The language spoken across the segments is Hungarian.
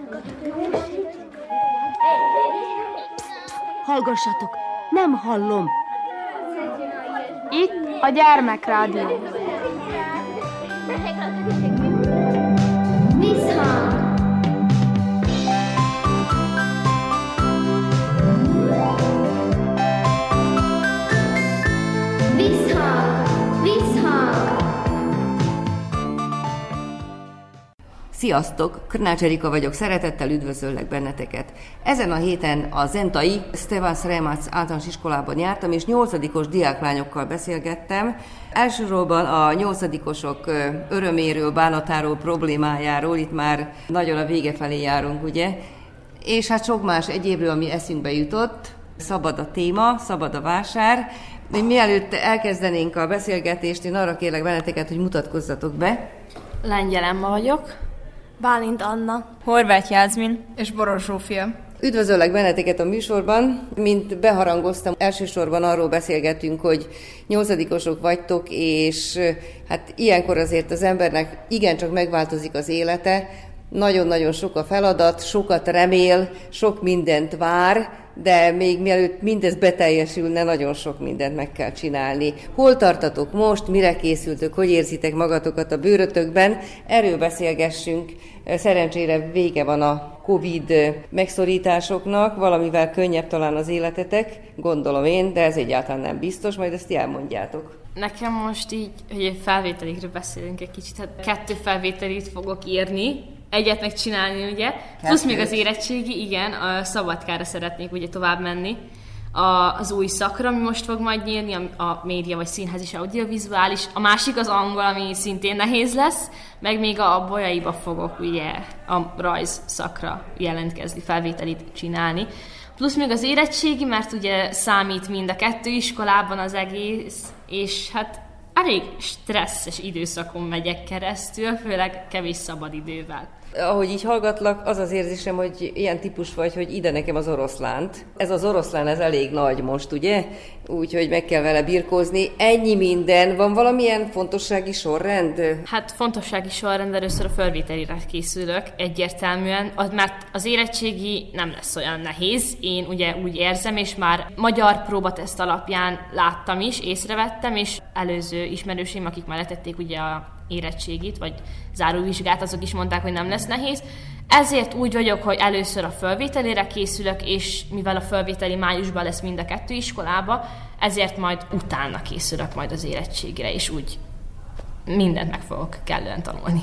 Hallgassatok, nem hallom. Itt a Gyermekrádió. Visszhang. Sziasztok! Krnács Erika vagyok, szeretettel üdvözöllek benneteket. Ezen a héten a zentai Stefan Sremac általános iskolában jártam, és 8-os diáklányokkal beszélgettem. Elsősorban a 8-osok öröméről, bánatáról, problémájáról, itt már nagyon a vége felé járunk, ugye? És hát sok más egyébről, ami eszünkbe jutott. Szabad a téma, szabad a vásár. Mielőtt elkezdenénk a beszélgetést, én arra kérlek benneteket, hogy mutatkozzatok be. Lengyel Emma vagyok. Bálint Anna. Horváth Jászmin. És Boros Zsófia. Üdvözöllek benneteket a műsorban. Mint beharangoztam, elsősorban arról beszélgetünk, hogy 8-osok vagytok, és hát ilyenkor azért az embernek igencsak megváltozik az élete. Nagyon-nagyon sok a feladat, sokat remél, sok mindent vár, de még mielőtt mindez beteljesülne, nagyon sok mindent meg kell csinálni. Hol tartatok most, mire készültök, hogy érzitek magatokat a bőrötökben? Erről beszélgessünk. Szerencsére vége van a Covid megszorításoknak, valamivel könnyebb talán az életetek, gondolom én, de ez egyáltalán nem biztos, majd ezt elmondjátok. Nekem most így, hogy felvételikről beszélünk egy kicsit, hát 2 felvételit fogok írni, egyet megcsinálni, ugye, plusz még az érettségi, igen, a Szabadkára szeretnék ugye tovább menni az új szakra, ami most fog majd nyílni, a média vagy színház és audiovizuális, a másik az angol, ami szintén nehéz lesz, meg még a Bolyaiba fogok ugye a rajz szakra jelentkezni, felvételit csinálni. Plusz még az érettségi, mert ugye számít mind a 2 iskolában az egész, és hát elég stresszes időszakon megyek keresztül, főleg kevés szabad idővel. Ahogy így hallgatlak, az az érzésem, hogy ilyen típus vagy, hogy ide nekem az oroszlánt. Ez az oroszlán, ez elég nagy most, ugye? Úgyhogy meg kell vele birkózni. Ennyi minden. Van valamilyen fontossági sorrend? Hát fontossági sorrend, először a felvételire készülök egyértelműen, mert az érettségi nem lesz olyan nehéz. Én ugye úgy érzem, és már magyar próbateszt alapján láttam is, észrevettem, és előző ismerőseim, akik már letették ugye a érettségit, vagy záróvizsgát, azok is mondták, hogy nem lesz nehéz. Ezért úgy vagyok, hogy először a felvételére készülök, és mivel a felvételi májusban lesz mind a 2 iskolába, ezért majd utána készülök majd az érettségre, és úgy mindent meg fogok kellően tanulni.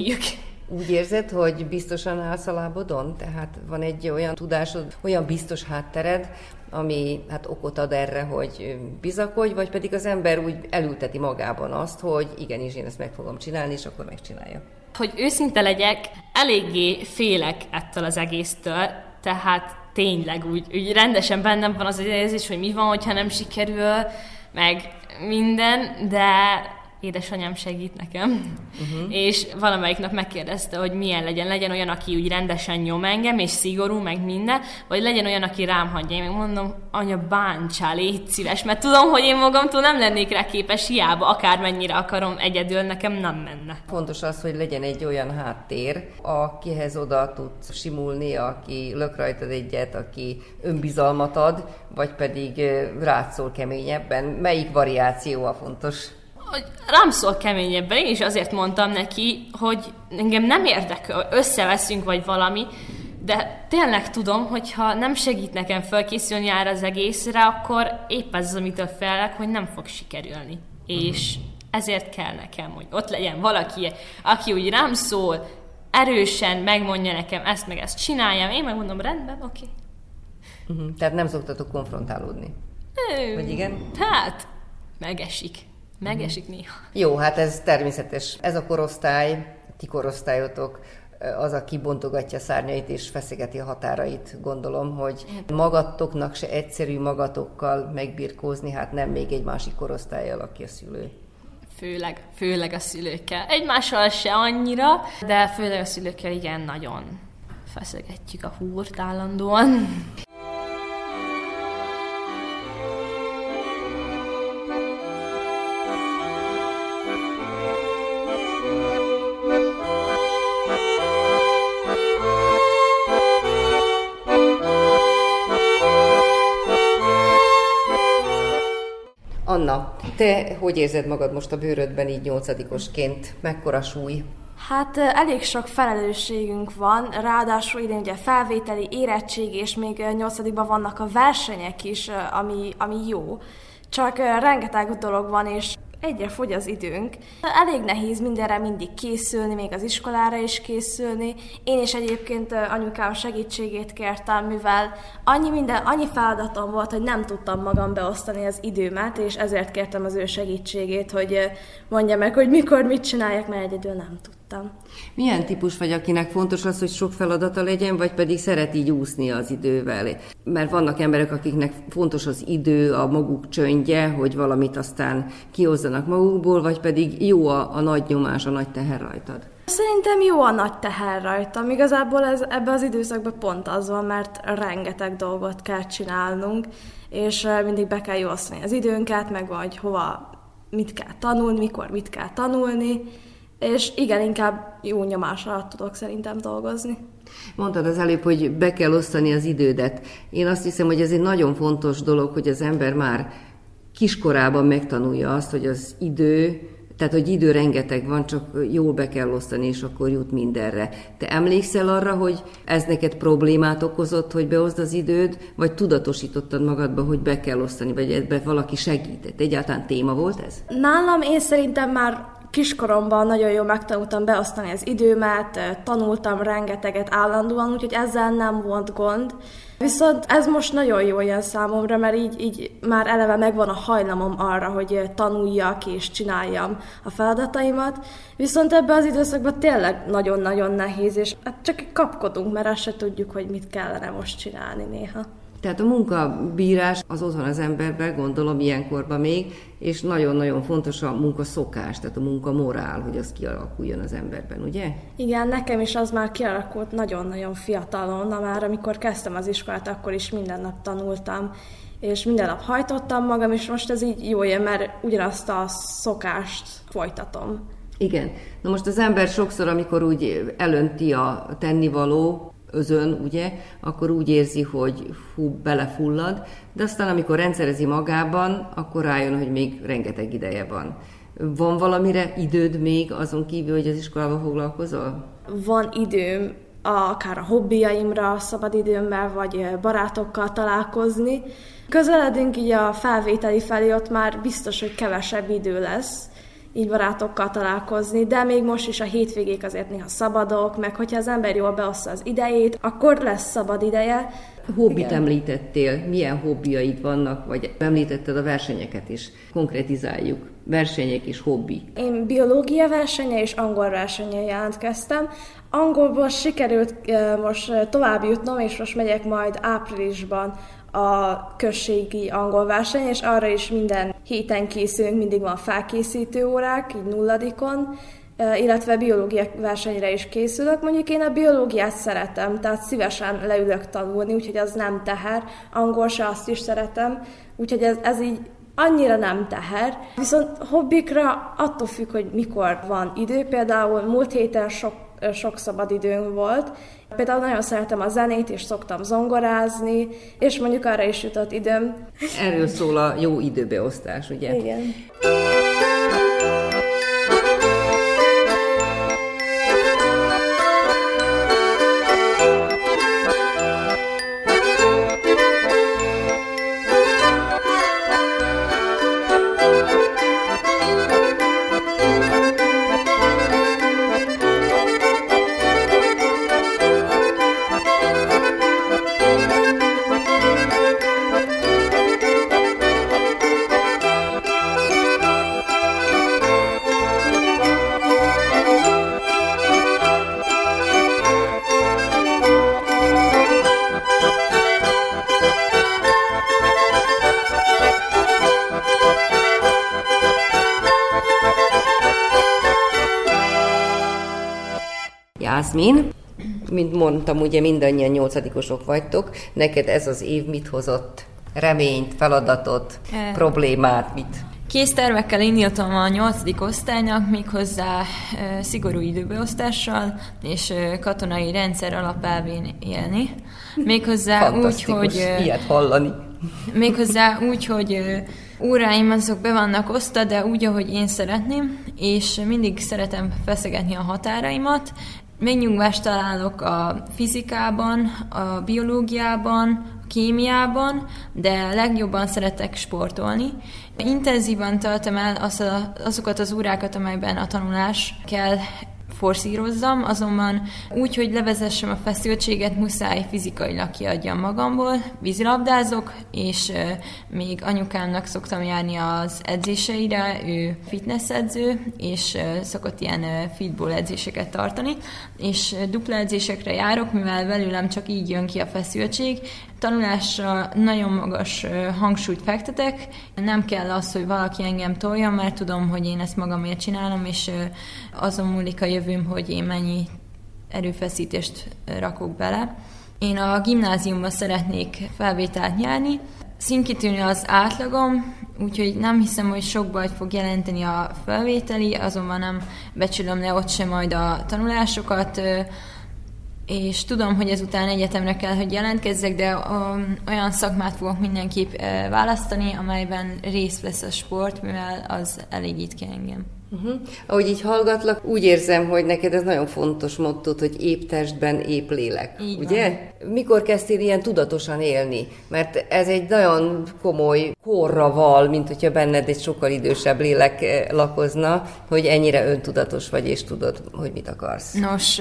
Úgy érzed, hogy biztosan állsz a lábodon? Tehát van egy olyan tudásod, olyan biztos háttered, ami hát okot ad erre, hogy bizakodj, vagy pedig az ember úgy elülteti magában azt, hogy igenis én ezt meg fogom csinálni, és akkor megcsinálja. Hogy őszinte legyek, eléggé félek ettől az egésztől, tehát tényleg úgy rendesen bennem van az érzés, hogy mi van, hogyha nem sikerül, meg minden, de édesanyám segít nekem, és valamelyik nap megkérdezte, hogy milyen legyen olyan, aki úgy rendesen nyom engem, és szigorú, meg minden, vagy legyen olyan, aki rám hagyja. Én meg mondom, anya, bántsál, légy szíves, mert tudom, hogy én magamtól nem lennék rá képes, hiába, akármennyire akarom, egyedül nekem nem menne. Fontos az, hogy legyen egy olyan háttér, akihez oda tudsz simulni, aki lök rajtad egyet, aki önbizalmat ad, vagy pedig rád szól keményebben. Melyik variáció a fontos? Hogy rám szól keményebben, én is azért mondtam neki, hogy engem nem érdekel, összeveszünk vagy valami, de tényleg tudom, hogy ha nem segít nekem felkészülni erre az egészre, akkor épp ez az, amitől félek, hogy nem fog sikerülni. És ezért kell nekem, hogy ott legyen valaki, aki úgy rám szól, erősen megmondja nekem ezt meg ezt csináljam, én megmondom, rendben, oké. Tehát nem szoktatok konfrontálódni? Vagy igen? Hát, megesik néha. Jó, hát ez természetes. Ez a korosztály, ti korosztályotok, az, aki bontogatja szárnyait és feszegeti a határait, gondolom, hogy magatoknak se egyszerű magatokkal megbirkózni, hát nem még egy másik korosztállyal, aki a szülő. Főleg a szülőkkel. Egymással se annyira, de főleg a szülőkkel igen, nagyon feszegetjük a húrt állandóan. Anna, te hogy érzed magad most a bőrödben így 8-osként? Mekkora súly? Hát elég sok felelősségünk van, ráadásul idén ugye felvételi, érettség, és még 8-ban vannak a versenyek is, ami jó. Csak rengeteg dolog van, és egyre fogy az időnk. Elég nehéz mindenre mindig készülni, még az iskolára is készülni. Én is egyébként anyukám segítségét kértem, mivel annyi feladatom volt, hogy nem tudtam magam beosztani az időmet, és ezért kértem az ő segítségét, hogy mondja meg, hogy mikor mit csináljak, mert egyedül nem tudtam. Milyen típus vagy, akinek fontos az, hogy sok feladata legyen, vagy pedig szeret így úszni az idővel? Mert vannak emberek, akiknek fontos az idő, a maguk csöndje, hogy valamit aztán kihozzanak magukból, vagy pedig jó a nagy nyomás, a nagy teher rajtad? Szerintem jó a nagy teher rajtam. Igazából ebben az időszakban pont az van, mert rengeteg dolgot kell csinálnunk, és mindig be kell jól osztani az időnket, meg vagy hova mit kell tanulni, mikor mit kell tanulni, és igen, inkább jó nyomás alatt tudok szerintem dolgozni. Mondtad az előbb, hogy be kell osztani az idődet. Én azt hiszem, hogy ez egy nagyon fontos dolog, hogy az ember már kiskorában megtanulja azt, hogy az idő, tehát hogy idő rengeteg van, csak jól be kell osztani, és akkor jut mindenre. Te emlékszel arra, hogy ez neked problémát okozott, hogy beoszd az időd, vagy tudatosítottad magadba, hogy be kell osztani, vagy ebbe valaki segített? Egyáltalán téma volt ez? Nálam én szerintem már kiskoromban nagyon jól megtanultam beosztani az időmet, tanultam rengeteget állandóan, úgyhogy ezzel nem volt gond. Viszont ez most nagyon jó jön számomra, mert így már eleve megvan a hajlamom arra, hogy tanuljak és csináljam a feladataimat. Viszont ebben az időszakban tényleg nagyon-nagyon nehéz, és csak kapkodunk, mert azt se tudjuk, hogy mit kellene most csinálni néha. Tehát a munkabírás az ott van az emberben, gondolom ilyenkorban még, és nagyon-nagyon fontos a munkaszokás, tehát a munkamorál, hogy az kialakuljon az emberben, ugye? Igen, nekem is az már kialakult nagyon-nagyon fiatalon, már amikor kezdtem az iskolát, akkor is minden nap tanultam, és minden nap hajtottam magam, és most ez így jó jön, mert ugyanazt a szokást folytatom. Igen. Na most az ember sokszor, amikor úgy elönti a tennivaló, özön, ugye, akkor úgy érzi, hogy belefullad, de aztán amikor rendszerezi magában, akkor rájön, hogy még rengeteg ideje van. Van valamire időd még azon kívül, hogy az iskolában foglalkozol? Van időm akár a hobbiaimra, szabadidőmmel, vagy barátokkal találkozni. Közeledünk így a felvételi felé, ott már biztos, hogy kevesebb idő lesz így barátokkal találkozni, de még most is a hétvégék azért néha szabadok, meg hogyha az ember jól beoszta az idejét, akkor lesz szabad ideje. Hobbit Igen. Említettél, milyen hobbiaid vannak, vagy említetted a versenyeket is, konkretizáljuk. Versenyek és hobbi. Én biológia versenye és angol versenyen jelentkeztem. Angolból sikerült most tovább jutnom, és most megyek majd áprilisban a községi angol verseny, és arra is minden héten készülünk, mindig van felkészítő órák, így 0-dikon, illetve biológia versenyre is készülök. Mondjuk én a biológiát szeretem, tehát szívesen leülök tanulni, úgyhogy az nem teher. Angol se, azt is szeretem, úgyhogy ez így annyira nem teher. Viszont hobbikra attól függ, hogy mikor van idő. Például múlt héten sok szabad időm volt. Például nagyon szeretem a zenét, és szoktam zongorázni, és mondjuk arra is jutott időm. Erről szól a jó időbeosztás, ugye? Igen. Jászmin, mint mondtam, ugye mindannyian 8-osok vagytok. Neked ez az év mit hozott? Reményt, feladatot, problémát, mit? Kész tervekkel indítom a 8. osztálynak, méghozzá szigorú időbeosztással és katonai rendszer alapelvén élni. Méghozzá úgy, hogy... ilyet hallani. Méghozzá úgy, hogy óráim azok be vannak osztva, de úgy, ahogy én szeretném, és mindig szeretem feszegetni a határaimat. Megnyugvást találok a fizikában, a biológiában, a kémiában, de legjobban szeretek sportolni. Intenzívan töltöm el azokat az órákat, amelyben a tanulás kell forszírozzam, azonban úgy, hogy levezessem a feszültséget, muszáj fizikailag kiadjam magamból. Vízilabdázok, és még anyukámnak szoktam járni az edzéseire, ő fitness edző, és szokott ilyen fitball edzéseket tartani, és dupla edzésekre járok, mivel belőlem csak így jön ki a feszültség. Tanulásra nagyon magas hangsúlyt fektetek, nem kell az, hogy valaki engem toljon, mert tudom, hogy én ezt magamért csinálom, és azon múlik a jövőm, hogy én mennyi erőfeszítést rakok bele. Én a gimnáziumban szeretnék felvételt nyerni, színkitűnő az átlagom, úgyhogy nem hiszem, hogy sok bajt fog jelenteni a felvételi, azonban nem becsülöm le ott sem majd a tanulásokat, és tudom, hogy ezután egyetemre kell, hogy jelentkezzek, de olyan szakmát fogok mindenképp választani, amelyben részt vesz a sport, mivel az elégít ki engem. Ahogy így hallgatlak, úgy érzem, hogy neked ez nagyon fontos mottót, hogy épp testben, épp lélek. Így ugye? Van. Mikor kezdtél ilyen tudatosan élni? Mert ez egy nagyon komoly korra val, mint hogyha benned egy sokkal idősebb lélek lakozna, hogy ennyire öntudatos vagy, és tudod, hogy mit akarsz. Nos,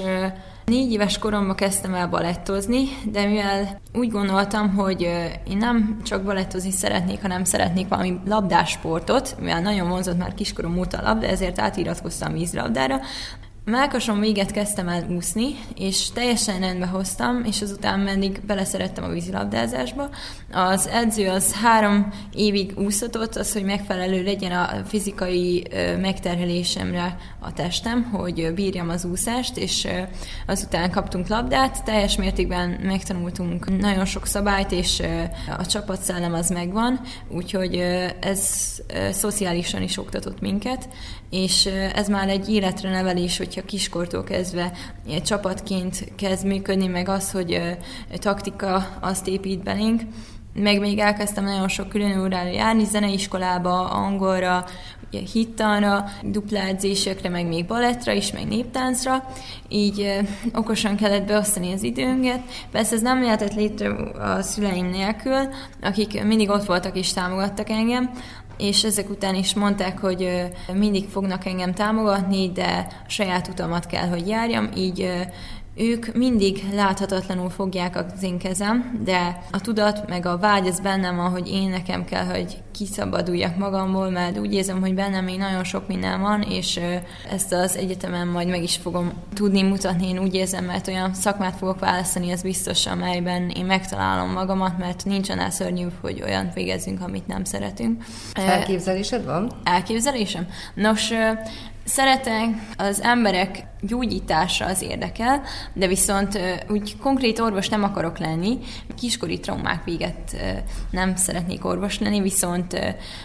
4 éves koromban kezdtem el balettozni, de mivel úgy gondoltam, hogy én nem csak balettozni szeretnék, hanem szeretnék valami labdásportot, mivel nagyon vonzott már kiskorom óta a labda, ezért átiratkoztam vízilabdára. Mellkason véget kezdtem el úszni, és teljesen rendbe hoztam, és azután pedig beleszerettem a vízilabdázásba. Az edző az 3 évig úszatott, az, hogy megfelelő legyen a fizikai megterhelésemre a testem, hogy bírjam az úszást, és azután kaptunk labdát, teljes mértékben megtanultunk nagyon sok szabályt, és a csapatszellem az megvan, úgyhogy ez szociálisan is oktatott minket, és ez már egy életre nevelés, hogyha kiskortól kezdve csapatként kezd működni, meg az, hogy taktika azt épít belénk. Meg még elkezdtem nagyon sok külön órára járni, zeneiskolába, angolra, hittanra, dupla edzésekre, meg még balettra is, meg néptáncra. Így okosan kellett beosztani az időnket. Persze ez nem lehetett létre a szüleim nélkül, akik mindig ott voltak és támogattak engem, és ezek után is mondták, hogy mindig fognak engem támogatni, de a saját utamat kell, hogy járjam, így ők mindig láthatatlanul fogják az én kezem, de a tudat meg a vágy az bennem van, hogy én nekem kell, hogy kiszabaduljak magamból, mert úgy érzem, hogy bennem még nagyon sok minden van, és ezt az egyetemen majd meg is fogom tudni mutatni, én úgy érzem, mert olyan szakmát fogok választani, az biztos, amelyben én megtalálom magamat, mert nincs annál szörnyűbb, hogy olyan végezzünk, amit nem szeretünk. Elképzelésed van? Elképzelésem? Nos, szeretek az emberek gyógyítása az érdekel, de viszont úgy konkrét orvos nem akarok lenni. Kiskori traumák véget nem szeretnék orvos lenni, viszont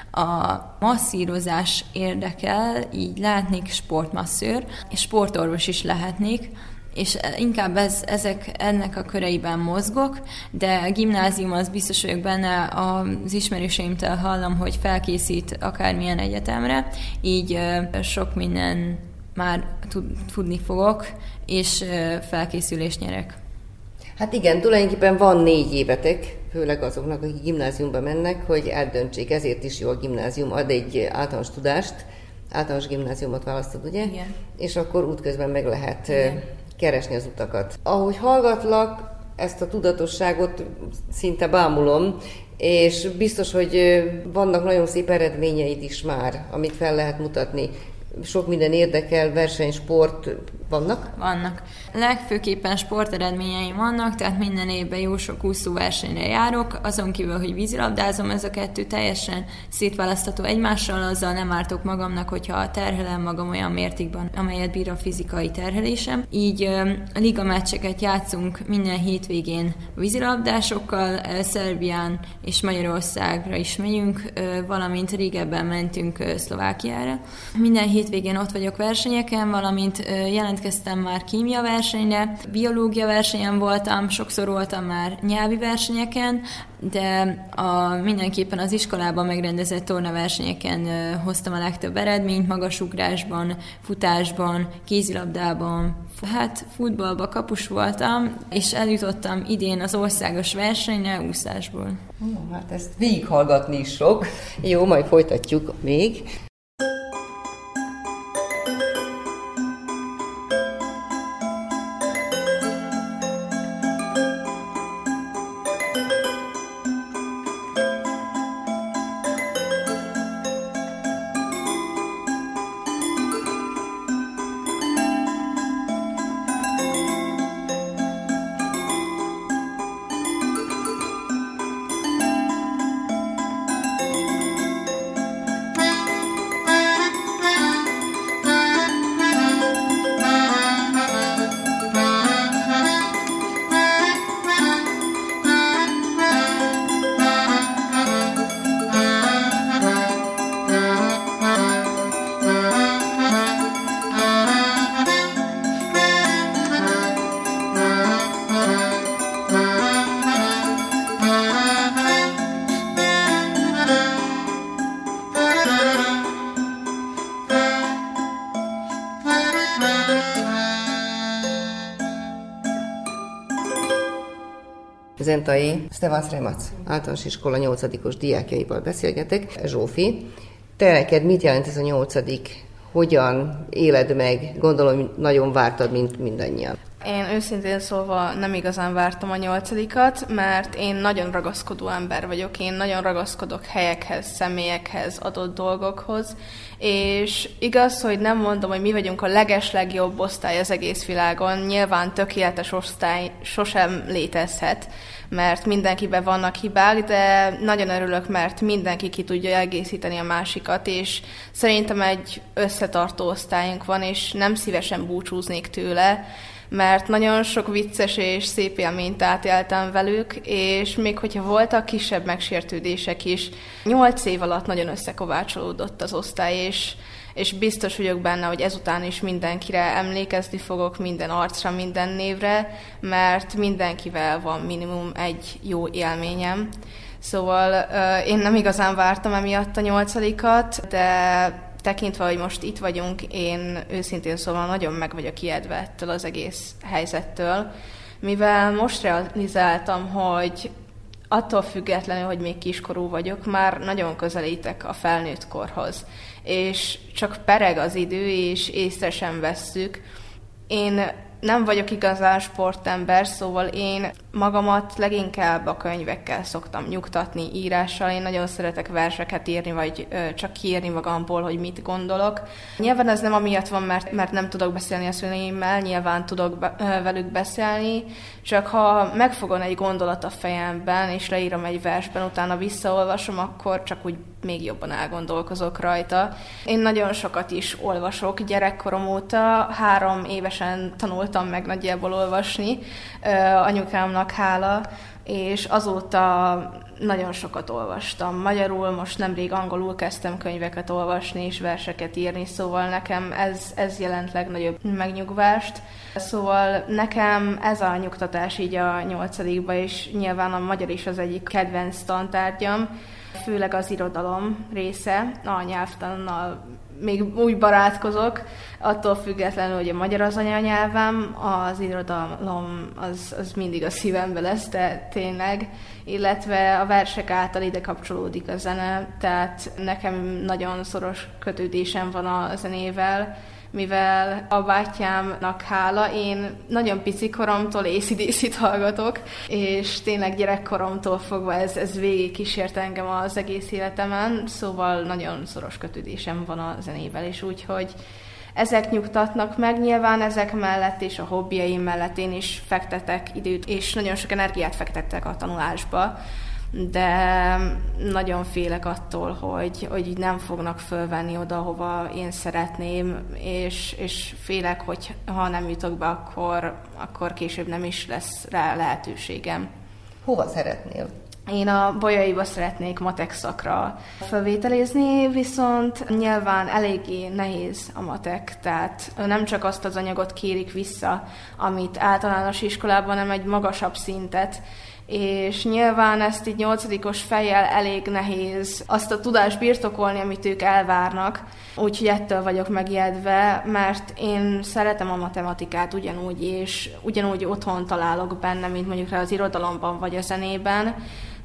a masszírozás érdekel, így lehetnék sportmasszőr, és sportorvos is lehetnék, és inkább ennek a köreiben mozgok, de a gimnázium az biztos vagyok benne, az ismerőseimtől hallom, hogy felkészít akármilyen egyetemre, így sok minden már tudni fogok, és felkészülést nyerek. Hát igen, tulajdonképpen van 4 évetek, főleg azoknak, akik gimnáziumba mennek, hogy eldöntsék, ezért is jó a gimnázium, ad egy általános tudást, általános gimnáziumot választod, ugye? Igen. És akkor útközben meg lehet keresni az utakat. Ahogy hallgatlak, ezt a tudatosságot szinte bámulom, és biztos, hogy vannak nagyon szép eredményeid is már, amit fel lehet mutatni. Sok minden érdekel, versenysport vannak? Vannak. Legfőképpen sporteredményeim vannak, tehát minden évben jó sok úszóversenyre járok, azon kívül, hogy vízilabdázom, ez a 2 teljesen szétválasztható egymással, azzal nem ártok magamnak, hogyha terhelem magam olyan mértékben, amelyet bír a fizikai terhelésem. Így a ligameccseket játszunk minden hétvégén vízilabdásokkal, Szerbián és Magyarországra is megyünk, valamint régebben mentünk Szlovákiára. Minden hétvégén ott vagyok versenyeken, valamint jelentkezünk jelentkeztem már kémia versenyre, biológia versenyen voltam, sokszor voltam már nyelvi versenyeken, de mindenképpen az iskolában megrendezett tornaversenyeken hoztam a legtöbb eredményt, magasugrásban, futásban, kézilabdában. Hát futballban kapus voltam, és eljutottam idén az országos versenyre úszásból. Jó, hát ezt végighallgatni is sok. Jó, majd folytatjuk még. Zentai Stefan Sremac általános iskola 8-os diákjaival beszélgetek. Zsófi, te neked mit jelent ez a 8? Hogyan éled meg? Gondolom, nagyon vártad, mint mindannyian. Én őszintén szólva nem igazán vártam a 8-at, mert én nagyon ragaszkodó ember vagyok. Én nagyon ragaszkodok helyekhez, személyekhez, adott dolgokhoz, és igaz, hogy nem mondom, hogy mi vagyunk a legeslegjobb osztály az egész világon. Nyilván tökéletes osztály sosem létezhet, mert mindenkiben vannak hibák, de nagyon örülök, mert mindenki ki tudja egészíteni a másikat, és szerintem egy összetartó osztályunk van, és nem szívesen búcsúznék tőle, mert nagyon sok vicces és szép élményt átéltem velük, és még hogyha voltak kisebb megsértődések is, 8 év alatt nagyon összekovácsolódott az osztály, és biztos vagyok benne, hogy ezután is mindenkire emlékezni fogok, minden arcra, minden névre, mert mindenkivel van minimum egy jó élményem. Szóval én nem igazán vártam emiatt a 8-at, de tekintve, hogy most itt vagyunk, én őszintén szóval nagyon meg vagyok ijedve ettől az egész helyzettől, mivel most realizáltam, hogy attól függetlenül, hogy még kiskorú vagyok, már nagyon közelítek a felnőtt korhoz, és csak pereg az idő, és észre sem vesszük. Én nem vagyok igazán sportember, szóval én magamat leginkább a könyvekkel szoktam nyugtatni, írással. Én nagyon szeretek verseket írni, vagy csak kiírni magamból, hogy mit gondolok. Nyilván ez nem amiatt van, mert nem tudok beszélni a szüleimmel, nyilván tudok velük beszélni, csak ha megfogom egy gondolat a fejemben, és leírom egy versben, utána visszaolvasom, akkor csak úgy még jobban elgondolkozok rajta. Én nagyon sokat is olvasok gyerekkorom óta, 3 évesen tanultam meg nagyjából olvasni, anyukámnak hála, és azóta nagyon sokat olvastam. Magyarul, most nemrég angolul kezdtem könyveket olvasni és verseket írni, szóval nekem ez jelent legnagyobb megnyugvást. Szóval nekem ez a nyugtatás így a 8-ba, és nyilván a magyar is az egyik kedvenc tantárgyam, főleg az irodalom része, a nyelvtannal még úgy barátkozok, attól függetlenül, hogy a magyar az anyanyelvem, az irodalom az mindig a szívembe lesz, de tényleg, illetve a versek által ide kapcsolódik a zene, tehát nekem nagyon szoros kötődésem van a zenével, mivel a bátyámnak hála, én nagyon pici koromtól AC/DC-t hallgatok, és tényleg gyerekkoromtól fogva ez végig kísért engem az egész életemen, szóval nagyon szoros kötődésem van a zenével, és úgyhogy ezek nyugtatnak meg, nyilván ezek mellett és a hobbiaim mellett én is fektetek időt, és nagyon sok energiát fektettek a tanulásba, de nagyon félek attól, hogy nem fognak fölvenni oda, hova én szeretném, és félek, hogy ha nem jutok be, akkor később nem is lesz rá lehetőségem. Hova szeretnél? Én a Bolyaiba szeretnék matek szakra felvételizni, viszont nyilván eléggé nehéz a matek, tehát nem csak azt az anyagot kérik vissza, amit általános iskolában, hanem egy magasabb szintet, és nyilván ezt így 8-os fejjel elég nehéz azt a tudást birtokolni, amit ők elvárnak, úgyhogy ettől vagyok megijedve, mert én szeretem a matematikát ugyanúgy, és ugyanúgy otthon találok benne, mint mondjuk az irodalomban vagy a zenében,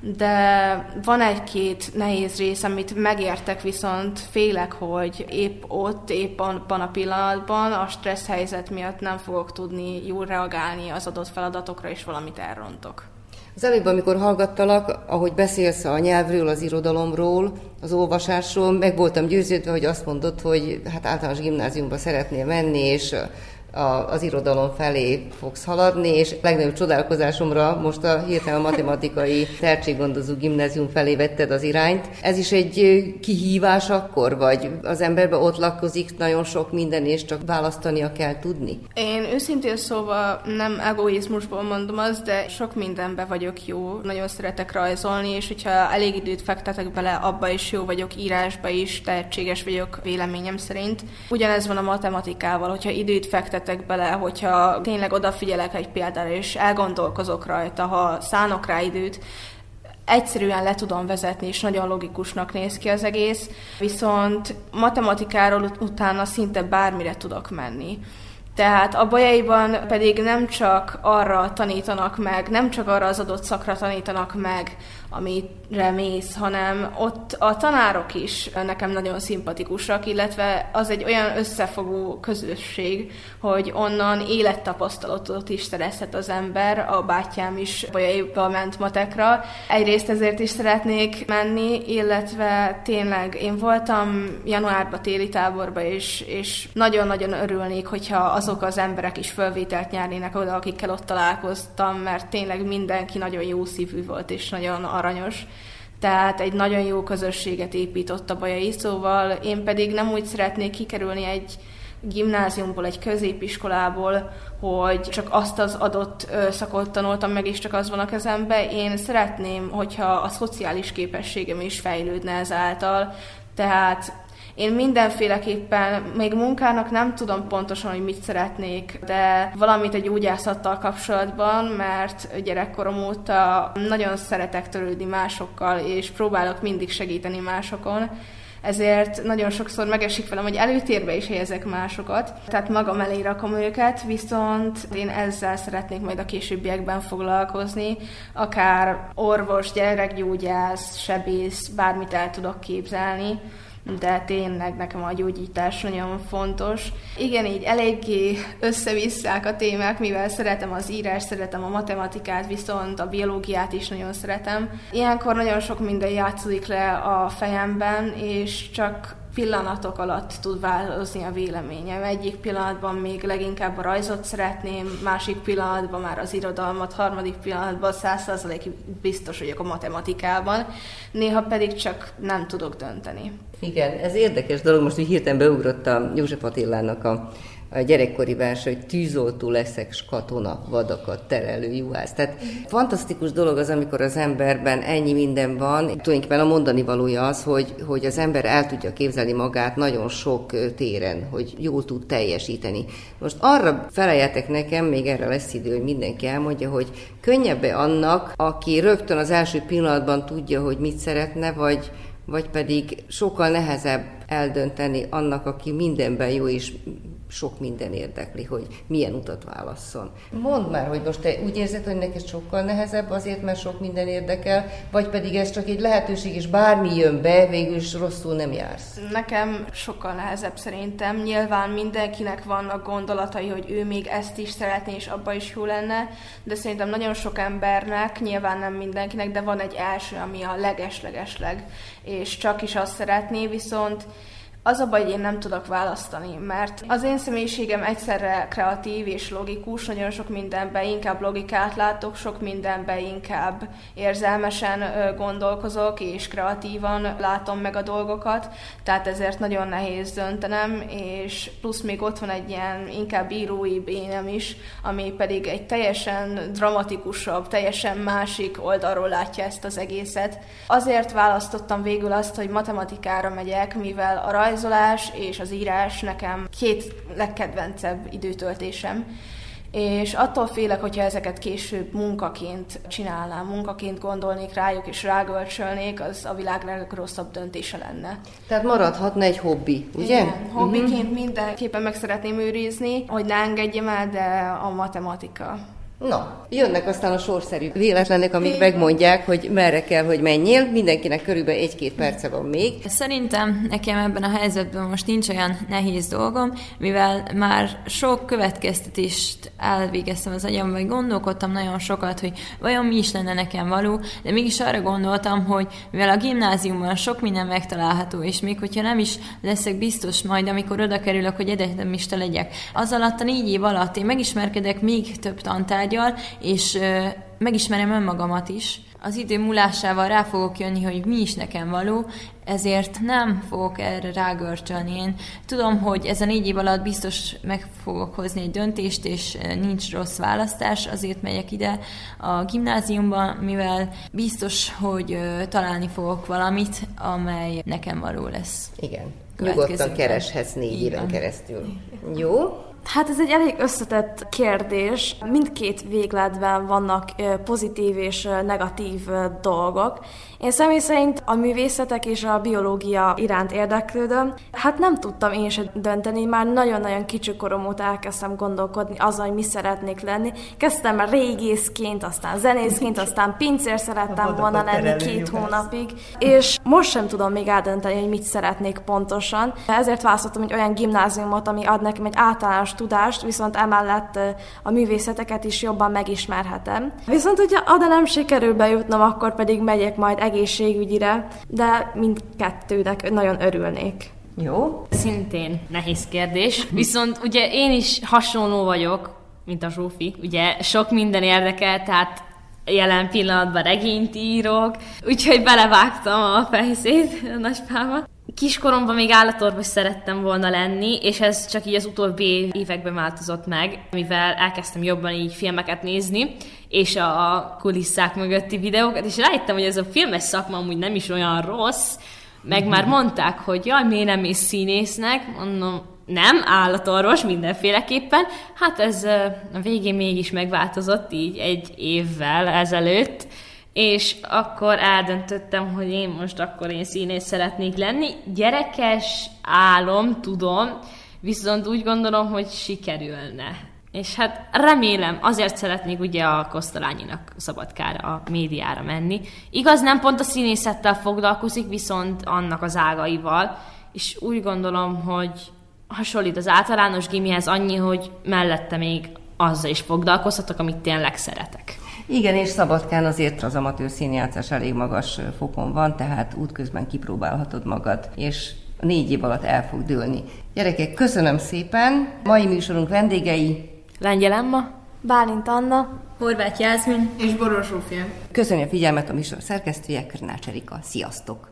de van egy-két nehéz rész, amit megértek, viszont félek, hogy épp ott, épp abban a pillanatban a stressz helyzet miatt nem fogok tudni jól reagálni az adott feladatokra, és valamit elrontok. Az előbb, amikor hallgattalak, ahogy beszélsz a nyelvről, az irodalomról, az olvasásról, meg voltam győződve, hogy azt mondod, hogy hát általános gimnáziumba szeretnél menni, és az irodalom felé fogsz haladni, és legnagyobb csodálkozásomra most hirtelen a matematikai tehetséggondozó gimnázium felé vetted az irányt. Ez is egy kihívás akkor, vagy az emberben ott lakozik nagyon sok minden, és csak választania kell tudni? Én őszintén szóval nem egoizmusból mondom azt, de sok mindenben vagyok jó. Nagyon szeretek rajzolni, és hogyha elég időt fektetek bele, abba is jó vagyok, írásba is tehetséges vagyok véleményem szerint. Ugyanez van a matematikával, hogyha időt fektetek bele, hogyha tényleg odafigyelek egy példára, és elgondolkozok rajta, ha szánok rá időt, egyszerűen le tudom vezetni, és nagyon logikusnak néz ki az egész, viszont matematikáról utána szinte bármire tudok menni. Tehát a Bolyaiban pedig nem csak arra tanítanak meg, nem csak arra az adott szakra tanítanak meg, amire mész, hanem ott a tanárok is nekem nagyon szimpatikusak, illetve az egy olyan összefogó közösség, hogy onnan élettapasztalatot is szerezhet az ember. A bátyám is Bolyaiba ment matekra. Egyrészt ezért is szeretnék menni, illetve tényleg én voltam januárban téli táborba, és nagyon-nagyon örülnék, hogyha azok az emberek is fölvételt nyernének oda, akikkel ott találkoztam, mert tényleg mindenki nagyon jó szívű volt, és nagyon aranyos. Tehát egy nagyon jó közösséget épített a Bolyai, szóval én pedig nem úgy szeretnék kikerülni egy gimnáziumból, egy középiskolából, hogy csak azt az adott szakot tanultam meg, és csak az van a kezembe. Én szeretném, hogyha a szociális képességem is fejlődne ezáltal, tehát én mindenféleképpen, még munkának nem tudom pontosan, hogy mit szeretnék, de valamit a gyógyászattal kapcsolatban, mert gyerekkorom óta nagyon szeretek törődni másokkal, és próbálok mindig segíteni másokon. Ezért nagyon sokszor megesik velem, hogy előtérbe is helyezek másokat, tehát magam elé rakom őket, viszont én ezzel szeretnék majd a későbbiekben foglalkozni, akár orvos, gyerekgyógyász, sebész, bármit el tudok képzelni, de tényleg nekem a gyógyítás nagyon fontos. Igen, így eléggé összevisszák a témák, mivel szeretem az írás, szeretem a matematikát, viszont a biológiát is nagyon szeretem. Ilyenkor nagyon sok minden játszódik le a fejemben, és csak pillanatok alatt tud változni a véleményem. Egyik pillanatban még leginkább a rajzot szeretném, másik pillanatban már az irodalmat, harmadik pillanatban 100% biztos vagyok a matematikában, néha pedig csak nem tudok dönteni. Igen, ez érdekes dolog, most úgy hirtelen beugrott a József Attilának a gyerekkori vers, hogy tűzoltó leszek, s katona, vadakat terelő juhász. Tehát fantasztikus dolog az, amikor az emberben ennyi minden van. Tulajdonképpen a mondani valója az, hogy az ember el tudja képzelni magát nagyon sok téren, hogy jól tud teljesíteni. Most arra feleljetek nekem, még erre lesz idő, hogy mindenki elmondja, hogy könnyebb-e annak, aki rögtön az első pillanatban tudja, hogy mit szeretne, vagy pedig sokkal nehezebb eldönteni annak, aki mindenben jó, és sok minden érdekli, hogy milyen utat válasszon. Mondd már, hogy most te úgy érzed, hogy neked sokkal nehezebb azért, mert sok minden érdekel, vagy pedig ez csak egy lehetőség, és bármi jön be, végül is rosszul nem jársz? Nekem sokkal nehezebb szerintem. Nyilván mindenkinek vannak gondolatai, hogy ő még ezt is szeretné, és abba is jó lenne, de szerintem nagyon sok embernek, nyilván nem mindenkinek, de van egy első, ami a legeslegesleg, és csak is azt szeretné, viszont Az a baj, hogy én nem tudok választani, mert az én személyiségem egyszerre kreatív és logikus, nagyon sok mindenben inkább logikát látok, sok mindenben inkább érzelmesen gondolkozok, és kreatívan látom meg a dolgokat, tehát ezért nagyon nehéz döntenem, és plusz még ott van egy ilyen inkább írói énem is, ami pedig egy teljesen dramatikusabb, teljesen másik oldalról látja ezt az egészet. Azért választottam végül azt, hogy matematikára megyek, mivel a rajzolás és az írás nekem 2 legkedvencebb időtöltésem, és attól félek, hogyha ezeket később munkaként csinálnám, munkaként gondolnék rájuk és rágölcsölnék, az a világ legrosszabb döntése lenne. Tehát maradhatna egy hobbi, ugye? Igen, hobbiként mindenképpen meg szeretném őrizni, hogy ne engedjem el, de a matematika. Na, jönnek aztán a sorszerű véletlenek, amik megmondják, hogy merre kell, hogy menjél. Mindenkinek körülbelül 1-2 perce van még. Szerintem nekem ebben a helyzetben most nincs olyan nehéz dolgom, mivel már sok következtetést elvégeztem az agyamban, vagy gondolkodtam nagyon sokat, hogy vajon mi is lenne nekem való, de mégis arra gondoltam, hogy mivel a gimnáziumban sok minden megtalálható, és még hogyha nem is leszek biztos majd, amikor oda kerülök, hogy egyetemista legyek, az alatt a 4 év alatt én megismerkedek még több tantárgyal, és megismerem önmagamat is. Az idő múlásával rá fogok jönni, hogy mi is nekem való, ezért nem fogok erre rágörcsölni. Én tudom, hogy ez a 4 év alatt biztos meg fogok hozni egy döntést, és nincs rossz választás, azért megyek ide a gimnáziumba, mivel biztos, hogy találni fogok valamit, amely nekem való lesz. Igen, nyugodtan kereshetsz 4 éven keresztül. Jó? Hát ez egy elég összetett kérdés. Mindkét végletben vannak pozitív és negatív dolgok. Én személy szerint a művészetek és a biológia iránt érdeklődöm. Hát nem tudtam én sem dönteni, már nagyon-nagyon kicsi korom óta elkezdtem gondolkodni azon, hogy mi szeretnék lenni. Kezdtem már régészként, aztán zenészként, aztán pincér szerettem volna lenni 2 hónapig, és most sem tudom még eldönteni, hogy mit szeretnék pontosan. Ezért választottam egy olyan gimnáziumot, ami ad nekem egy általános tudást, viszont emellett a művészeteket is jobban megismerhetem. Viszont, hogyha oda nem sikerül bejutnom, akkor pedig megyek majd egészségügyire, de mindkettőnek nagyon örülnék. Jó. Szintén nehéz kérdés, viszont ugye én is hasonló vagyok, mint a Zsófi, ugye sok minden érdekel, tehát jelen pillanatban regényt írok, úgyhogy belevágtam a fejszét a nagypába. Kiskoromban még állatorvos szerettem volna lenni, és ez csak így az utóbbi években változott meg, mivel elkezdtem jobban így filmeket nézni, és a kulisszák mögötti videókat, és rájöttem, hogy ez a filmes szakma amúgy nem is olyan rossz, meg már mondták, hogy jaj, miért nem mész színésznek, mondom, nem, állatorvos mindenféleképpen. Hát ez a végén mégis megváltozott így 1 évvel ezelőtt, és akkor eldöntöttem, hogy én most akkor én színész szeretnék lenni. Gyerekes álom, tudom, viszont úgy gondolom, hogy sikerülne. És hát remélem, azért szeretnék ugye a Kosztolányinak Szabadkára, a médiára menni. Igaz, nem pont a színészettel foglalkozik, viszont annak az ágaival, és úgy gondolom, hogy hasonlít az általános gimihez annyi, hogy mellette még azzal is foglalkozhatok, amit tényleg szeretek. Igen, és Szabadkán azért az amatőr színjátszás elég magas fokon van, tehát útközben kipróbálhatod magad, és 4 év alatt el fog dőlni. Gyerekek, köszönöm szépen! Mai műsorunk vendégei Lengyel Emma, Bálint Anna, Horváth Jászmin És Boros Zsófia. Köszönjük a figyelmet a műsor szerkesztője, Körnács Erika. Sziasztok!